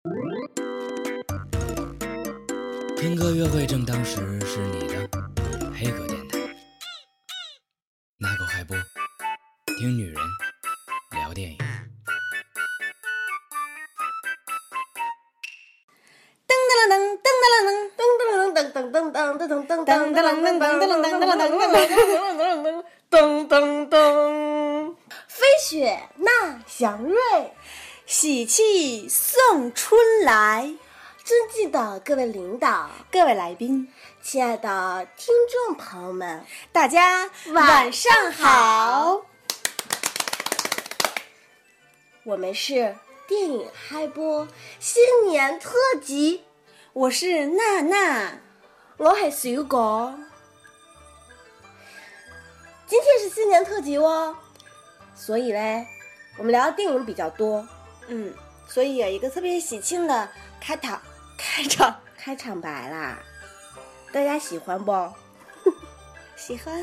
听歌约会正当时是你的黑格电台，那个海波听女人聊电影。 飞雪纳祥瑞， 喜气送春来。 尊敬的各位领导、 各位来宾、 亲爱的听众朋友们， 大家晚上好。 我们是电影嗨播新年特辑， 我是娜娜， 我是小果。今天是新年特辑哦，所以嘞，我们聊的电影比较多， 所以有一个特别喜庆的开场白啦，大家喜欢不？ 喜欢。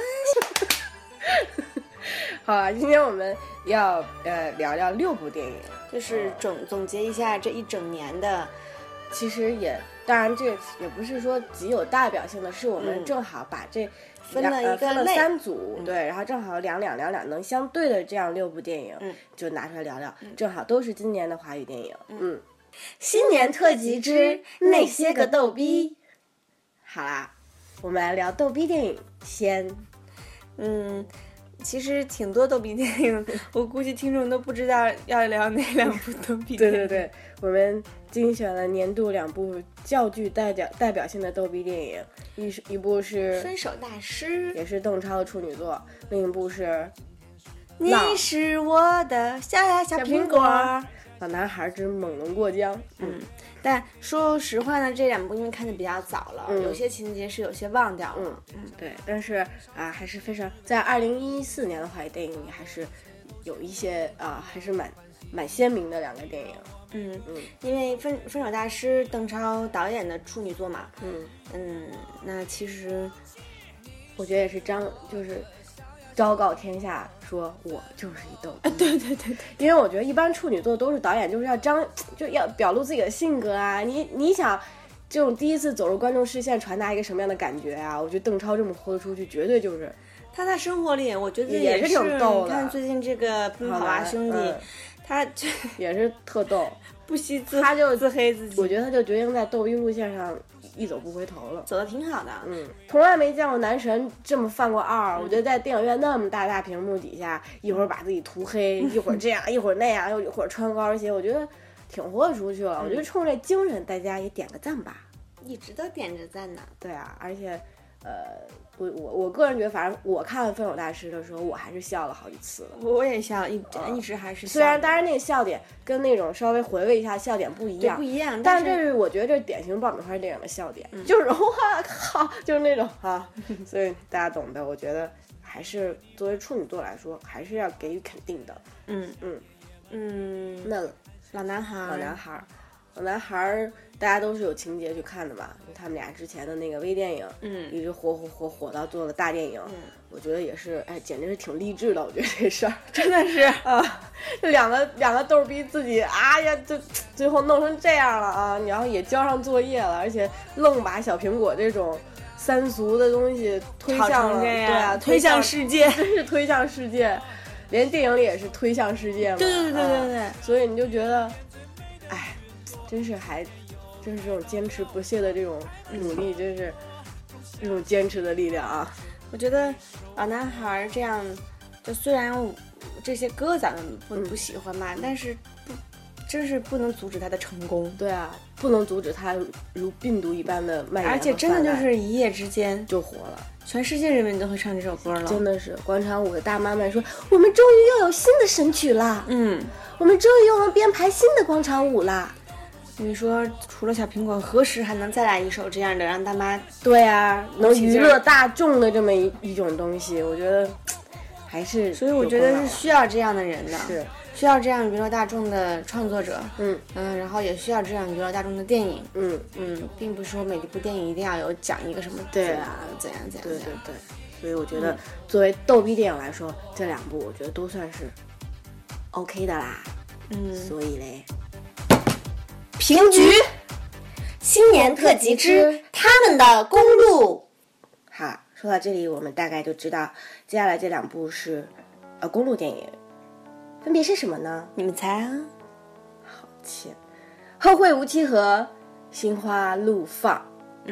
好啊，今天我们要聊聊6部电影， 就是总结一下这一整年的。 其实当然这也不是说极有代表性的，是我们正好把这分了 3组，对，然后正好两能相对的这样6部电影，就拿出来聊聊，正好都是今年的华语电影，新年特辑之那些个逗逼。好啦，我们来聊逗逼电影先。 其实挺多逗逼电影，我估计听众都不知道要聊哪2部逗逼电影。 对，我们精选了年度2部较具代表性的逗逼电影，一部是 《分手大师》， 也是邓超的处女作，另一部是你是我的小苹果， 老男孩之猛龙过江。 但说实话呢，这2部因为看的比较早了，有些情节是有些忘掉了。 对，但是还是非常在2014年的华语电影里，还是有一些还是蛮鲜明的2个电影。 因为分手大师邓超导演的处女作嘛。那其实我觉得也是就是昭告天下说我就是一逗逼。 对， 因为我觉得一般处女作都是导演就是要表露自己的性格啊，你想这种第一次走入观众视线传达一个什么样的感觉啊，我觉得邓超这么豁得出去绝对就是他在生活里我觉得也是挺逗的。 你看最近这个奔跑吧兄弟，他就也是特逗， 不惜他就自黑自己， 我觉得他就决定在逗逼路线上一走不回头了， 走得挺好的。 从来没见过男神这么犯过二。我觉得在电影院那么大屏幕底下，一会儿把自己涂黑，一会儿这样，一会儿那样，又一会儿穿高跟鞋，我觉得挺豁得出去了。我觉得冲这精神，大家也点个赞吧， 一直都点着赞呢。 对啊，而且我个人觉得，反正我看《分手大师》的时候，我还是笑了好几次了。 我也笑，一直还是笑。 虽然当然那个笑点跟那种稍微回味一下笑点不一样，但这是我觉得这是典型爆米花电影的笑点，就是哇靠，就是那种所以大家懂的。我觉得还是作为处女作来说，还是要给予肯定的。那老男孩大家都是有情节去看的嘛，他们俩之前的那个微电影，一直火到做了大电影，我觉得也是，简直是挺励志的。我觉得这事儿真的是这两个逗逼自己就最后弄成这样了啊，然后也交上作业了，而且愣把小苹果这种三俗的东西推向了，对啊， 推向世界， 真是推向世界，连电影里也是推向世界嘛。 对， 所以你就觉得，真是这种坚持不懈的这种努力，真是这种坚持的力量啊！ 我觉得老男孩这样，就虽然这些歌咱们不喜欢嘛，但是真是不能阻止他的成功。 对啊，不能阻止他如病毒一般的蔓延， 而且真的就是一夜之间就火了， 全世界人民都会唱这首歌了。 真的是广场舞的大妈们说，我们终于又有新的神曲啦！我们终于又能编排新的广场舞啦！ 你说除了小苹果，何时还能再来一首这样的让大妈对啊能娱乐大众的这么一种东西？我觉得还是， 所以我觉得是需要这样的人的， 是需要这样娱乐大众的创作者，然后也需要这样娱乐大众的电影，并不是说每一部电影一定要有讲一个什么对啊怎样， 对，所以我觉得作为逗逼电影来说，这2部我觉得都算是 OK 的啦，所以嘞。 评局新年特辑之他们的公路。好，说到这里，我们大概就知道接下来这2部是公路电影，分别是什么呢？ 你们猜啊？ 好切，后会无期和心花怒放。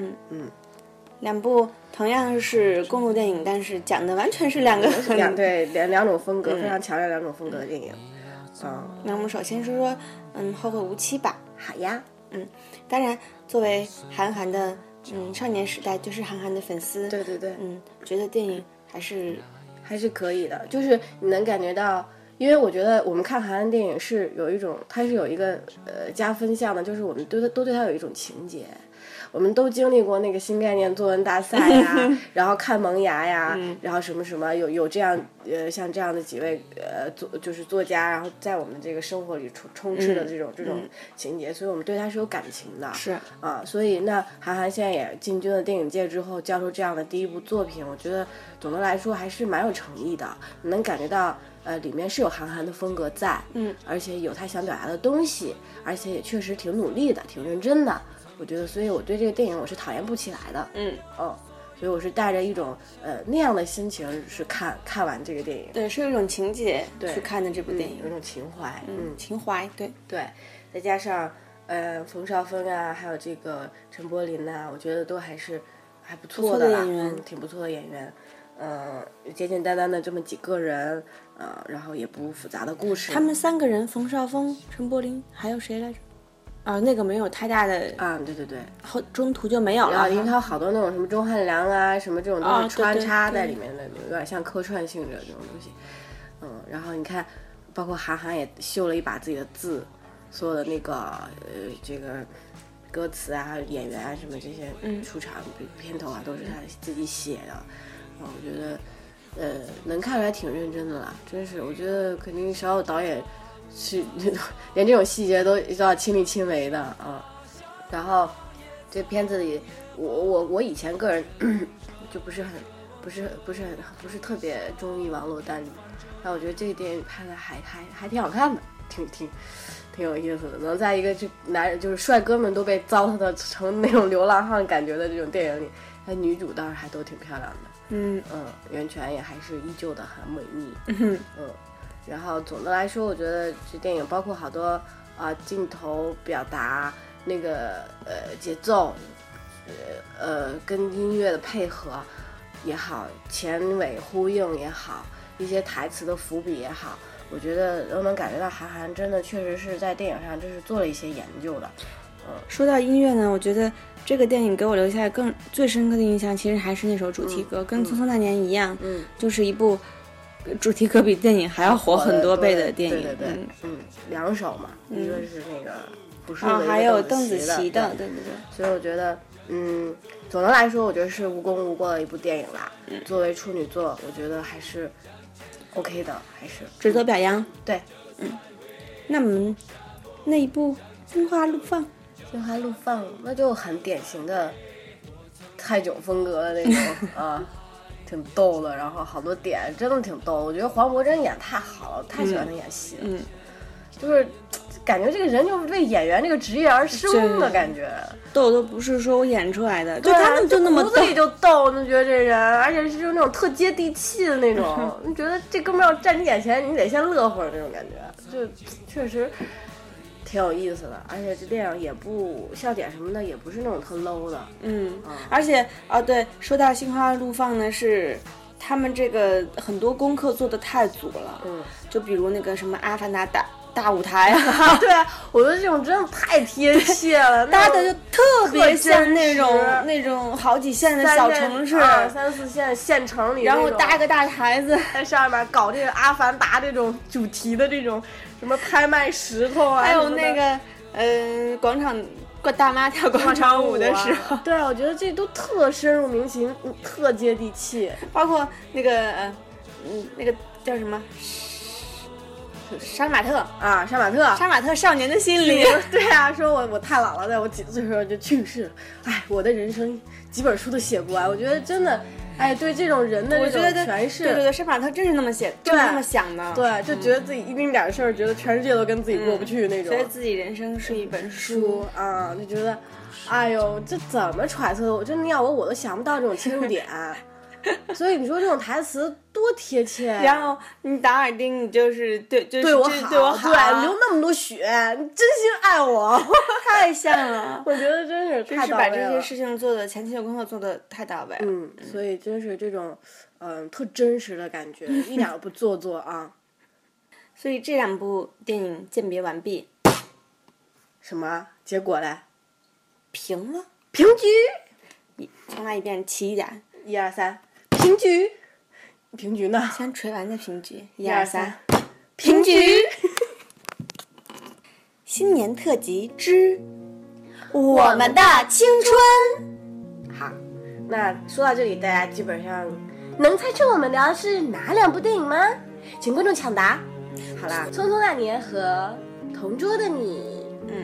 2部同样是公路电影，但是讲的完全是两种风格，非常强烈2种风格的电影。 那我们首先说说后会无期吧。 好呀。 当然作为韩寒的少年时代就是韩寒的粉丝， 对， 觉得电影还是可以的，就是你能感觉到，因为我觉得我们看韩寒电影是有一种，它是有一个加分项的，就是我们都对它有一种情节。我们都经历过那个新概念作文大赛呀，然后看萌芽呀，然后什么什么有这样像这样的几位就是作家，然后在我们这个生活里充斥的这种情节，所以我们对他是有感情的。 是啊，所以那韩寒现在也进军了电影界之后，交出这样的第1部作品，我觉得总的来说还是蛮有诚意的，你能感觉到里面是有韩寒的风格在，而且有他想表达的东西，而且也确实挺努力的，挺认真的。我觉得，所以我对这个电影我是讨厌不起来的，所以我是带着一种那样的心情是看完这个电影， 对，是有一种情节去看的这部电影， 有一种情怀， 情怀，对， 再加上冯绍峰啊，还有这个陈柏霖啊，我觉得都还不错的演员， 挺不错的演员，简简单单的这么几个人，然后也不复杂的故事， 他们3个人，冯绍峰、陈柏霖，还有谁来着？那个没有太大的对， 后中途就没有了， 因为他好多那种什么钟汉良啊，什么这种都是穿插在里面的，有点像客串性质的这种东西。然后你看，包括韩寒也秀了一把自己的字，所有的那个这个歌词啊、演员啊什么这些出场片头啊，都是他自己写的。我觉得能看出来挺认真的啦，真是，我觉得肯定小有导演。是连这种细节都要亲力亲为的啊。然后这片子里，我以前个人就不是特别中意王珞丹，但我觉得这个电影拍的还挺好看的，挺有意思的。能在一个男人就是帅哥们都被糟蹋的成那种流浪汉感觉的这种电影里，那女主倒是还都挺漂亮的。袁泉也还是依旧的很美丽。然后总的来说，我觉得这电影包括好多镜头表达，那个节奏，跟音乐的配合也好，前尾呼应也好，一些台词的伏笔也好，我觉得都能感觉到韩寒真的确实是在电影上真是做了一些研究的。 说到音乐呢，我觉得这个电影给我留下最深刻的印象，其实还是那首主题歌，跟《匆匆那年》一样，就是一部主题歌比电影还要火很多倍的电影。 对，2首嘛，一个是那个不是还有邓紫棋的，对。 所以我觉得，总的来说，我觉得是无功无过的一部电影啦。作为处女作，我觉得还是 OK 的，还是值得表扬。 对， 那我们那一部《心花怒放》， 那就很典型的泰囧风格的那种挺逗的，然后好多点真的挺逗。我觉得黄渤真演太好了，太喜欢他演戏了。就是感觉这个人就为演员这个职业而生的感觉。 逗都不是说我演出来的，就他们就那么骨子里就逗，就觉得这人，而且是就那种特接地气的那种。你觉得这哥们要站你眼前，你得先乐会儿那种感觉，就确实挺有意思的。而且这电影也不笑点什么的，也不是那种特 low 的。 而且对，说到《心花怒放》呢，是他们这个很多功课做的太足了。就比如那个什么《阿凡达》大舞台对啊，我觉得这种真的太贴切了， 搭的就特别像那种好几线的小城市 ，3、4线县城里， 然后搭个大台子在上面搞这个阿凡达这种主题的这种什么拍卖石头啊， 还有那个广场大妈跳广场舞的时候， 对，我觉得这都特深入民心，特接地气。 包括那个那个叫什么？杀马特啊，杀马特少年的心里。 对啊，说我太老了，在我几岁的时候就去世了。哎，我的人生几本书都写不完。我觉得真的哎，对这种人的这种诠释， 对，杀马特真是那么写，真是那么想的。 对，就觉得自己一丁点事儿，觉得全世界都跟自己过不去那种。 觉得自己人生是一本书啊，就觉得，哎呦，这怎么揣测的？我真的要我都想不到这种切入点。所以你说这种台词多贴切。 然后你达尔丁，你就是对我好，对，流那么多血，你真心爱我， 太像了。 我觉得真是太到位了， 把这些事情做的前期的工作做的太到位了。 所以真是这种特真实的感觉，一点都不做作啊。 所以这2部电影鉴别完毕。 什么结果嘞？ 平了， 平局。 重来一遍，齐一点。 1、2、3，平局。平局呢？ 先锤完再平局。1、2、3， 平局。 新年特辑之我们的青春。 好，那说到这里，大家基本上能猜出我们聊的是哪2部电影吗？请观众抢答。好啦，《匆匆那年》和《同桌的你》。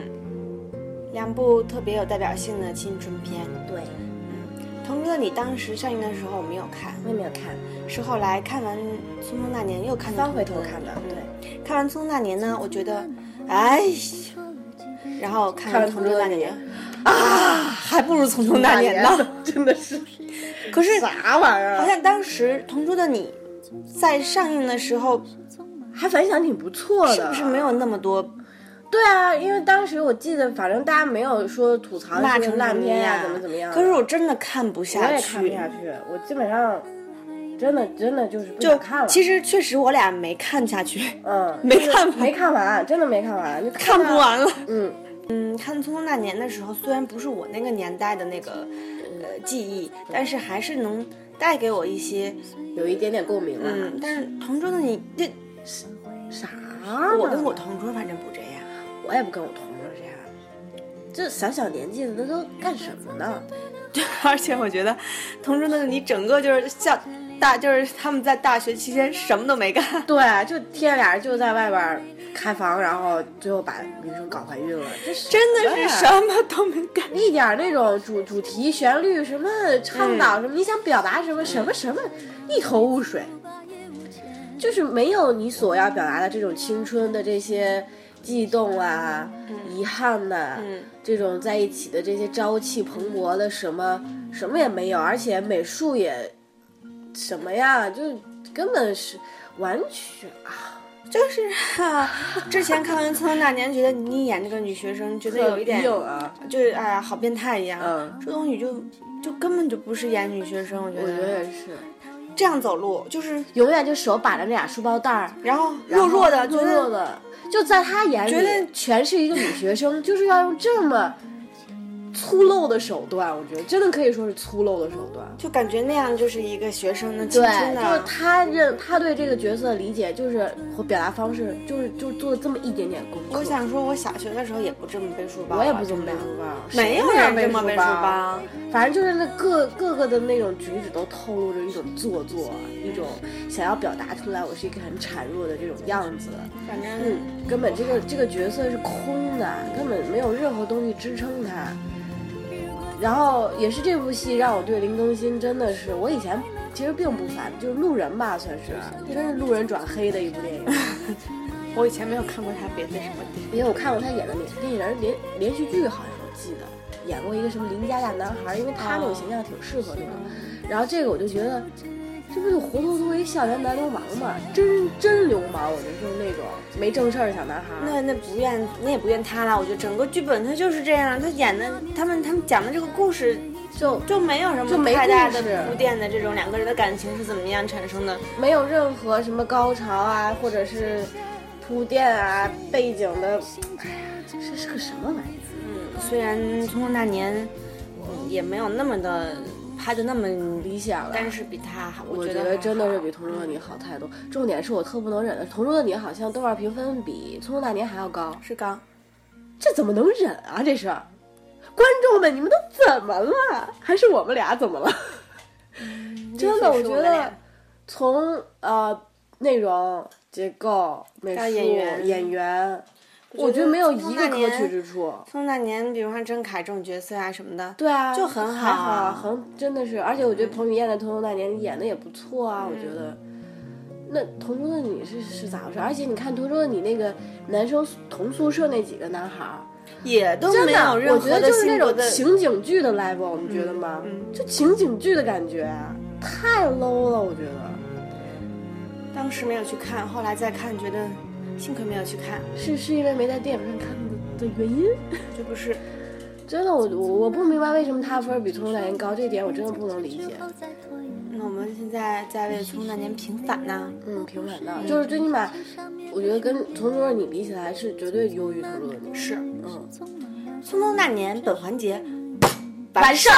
2部特别有代表性的青春片。 对。 同桌的你当时上映的时候我没有看， 我也没有看， 是后来看完《匆匆那年》又看 3回头看的。 对，看完《匆匆那年》呢，我觉得，哎，然后看完《同桌那年》，还不如《匆匆那年》呢， 真的是。 可是啥玩意儿？ 好像当时《同桌的你》在上映的时候， 还反响挺不错的， 是不是没有那么多？ 对啊，因为当时我记得，反正大家没有说吐槽是个烂片呀，怎么样。 可是我真的看不下去， 我也看不下去，我基本上真的就是不想看了。 其实确实我俩没看下去， 没看完，真的没看完， 看不完了。看《匆匆那年》的时候，虽然不是我那个年代的那个记忆，但是还是能带给我一些有一点点共鸣了。 但是同桌的你这啥？ 我跟我同桌反正不这样。 我也不跟我同桌这样，这小年纪的那都干什么呢？ 对，而且我觉得同桌的你整个就是就是他们在大学期间什么都没干， 对，就天俩人就在外边开房，然后最后把女生搞怀孕了，这真的是什么都没干， 一点那种主题旋律什么倡导什么，你想表达什么一头雾水，就是没有你所要表达的这种青春的这些悸动啊，遗憾呐，这种在一起的这些朝气蓬勃的什么也没有，而且美术也什么呀，就根本是完全就是之前看完《匆匆那年》，觉得你演这个女学生，觉得有一点就是哎呀好变态一样。这东西就根本就不是演女学生，我觉得也是。 这样走路就是永远就手把着那俩书包带儿， 然后弱弱的， 就在他眼里觉得全是一个女学生，就是要用这么粗陋的手段，我觉得真的可以说是粗陋的手段， 就感觉那样就是一个学生的青春的。 对，就是他对这个角色的理解，就是和表达方式，就做了这么一点点功课。 我想说，我小学的时候也不这么背书包， 我也不这么背书包， 没有人这么背书包。 反正就是那各个的那种举止都透露着一种做作，一种想要表达出来我是一个很孱弱的这种样子。 反正根本这个角色是空的，根本没有任何东西支撑他。然后也是这部戏让我对林更新真的是，我以前其实并不烦，就是路人吧，算是真是路人转黑的一部电影。 我以前没有看过他别的什么电影， 因为我看过他演的电影人连续剧，好像我记得演过一个什么邻家大男孩，因为他那种形象挺适合那种。然后这个我就觉得，这不就活脱脱一校园男流氓嘛，真流氓，我觉得就是那种没正事儿的小男孩。 那也不怨他了，我觉得整个剧本他就是这样，他演的他们讲的这个故事就没有什么太大的铺垫的，这种两个人的感情是怎么样产生的， 没有任何什么高潮啊，或者是铺垫啊，背景的，哎呀，这是个什么玩意儿？ 虽然《匆匆那年》也没有那么的拍的那么理想了， 但是比他好， 我觉得真的是比《同桌的你》好太多。重点是我特不能忍的，《同桌的你》好像豆瓣评分比《匆匆那年》还要高， 是高， 这怎么能忍啊？这是观众们，你们都怎么了？还是我们俩怎么了？真的，我觉得从内容、结构、美术、演员， 我觉得没有一个可取之处。 从那年，比如像郑恺这种角色啊什么的， 对啊， 就很好， 还好，真的是。而且我觉得彭于晏在《童童那年》演的也不错啊，我觉得。那同桌的你是咋回事？而且你看同桌的你那个男生同宿舍那几个男孩也都没有任何的， 我觉得就是那种情景剧的 level，你觉得吗？就情景剧的感觉，太 low 了，我觉得。 当时没有去看，后来再看，觉得幸亏没有去看。 是因为没在电影上看的原因？ 这不是。 真的，我不明白为什么他分比《童童那年》高，这一点我真的不能理解。 那我们现在在为《童童那年》平反呢？ 平反呢，就是最起码，我觉得跟《同桌的你》比起来，是绝对优于《同桌的你》。 是，《童童那年》本环节完胜。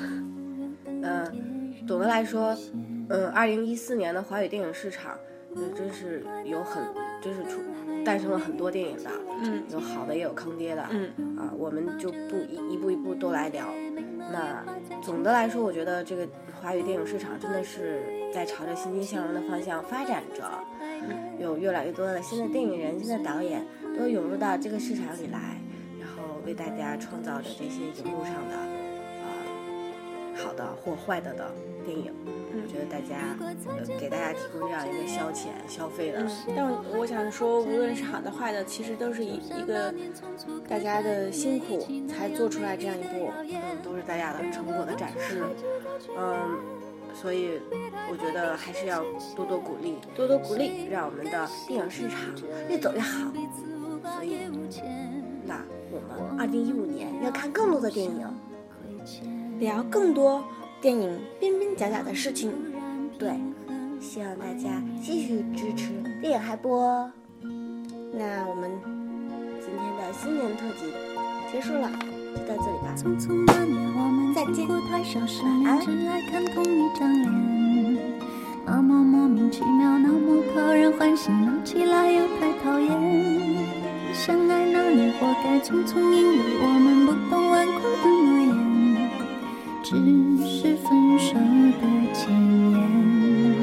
总的来说，2014年的华语电影市场，真是诞生了很多电影的，有好的也有坑爹的，我们就一步一步都来聊。那总的来说，我觉得这个华语电影市场真的是在朝着欣欣向荣的方向发展着，有越来越多的新的电影人、新的导演都涌入到这个市场里来，然后为大家创造着这些荧幕上的好的或坏的电影。我觉得大家给大家提供这样一个消遣消费的， 但我想说，无论是好的坏的，其实都是一个大家的辛苦才做出来这样一部， 都是大家的成果的展示，所以我觉得还是要多多鼓励，让我们的电影市场越走越好。所以，那我们2015年要看更多的电影， 聊更多电影边边角角的事情。 对，希望大家继续支持电影嗨播。 那我们今天的新年特辑结束了，就到这里吧。 匆匆那年我们再见， 太少10年只爱看同一张脸，那么莫名其妙，那么讨人欢喜，闹起来又太讨厌。相爱那年活该匆匆，因为我们不懂顽固的诺言，只是分手的前言。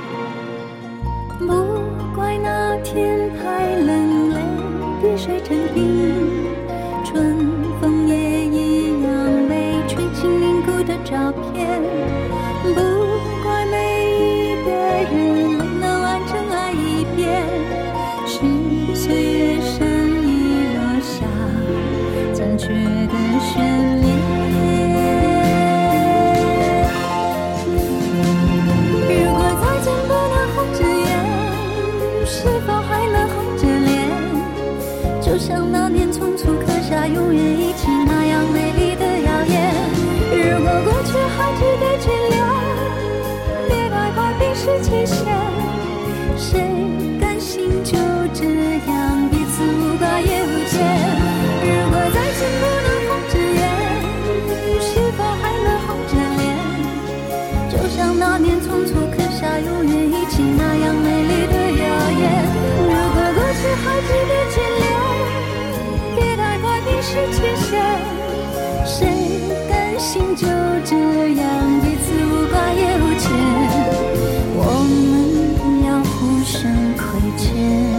不怪那天太冷，泪滴水成冰，春风也一样被吹进凝固的照片。不怪每一个人都能完整爱一遍，是岁月善意落下残缺的悬念。如果再见不能红着眼，是否还能红着脸？就像那年匆促刻下永远一起那样美丽的谣言。如果过去还值得眷恋，别太快冰释前嫌。谁甘心就这样彼此无挂也无牵？如果再见不能红着眼，是否还能红着脸？就像那年匆促刻下永远一起那样美丽的谣言。如果过去还值得眷恋，别太快冰释前嫌。谁甘心就这样彼此无挂也无牵？我们要互相亏欠。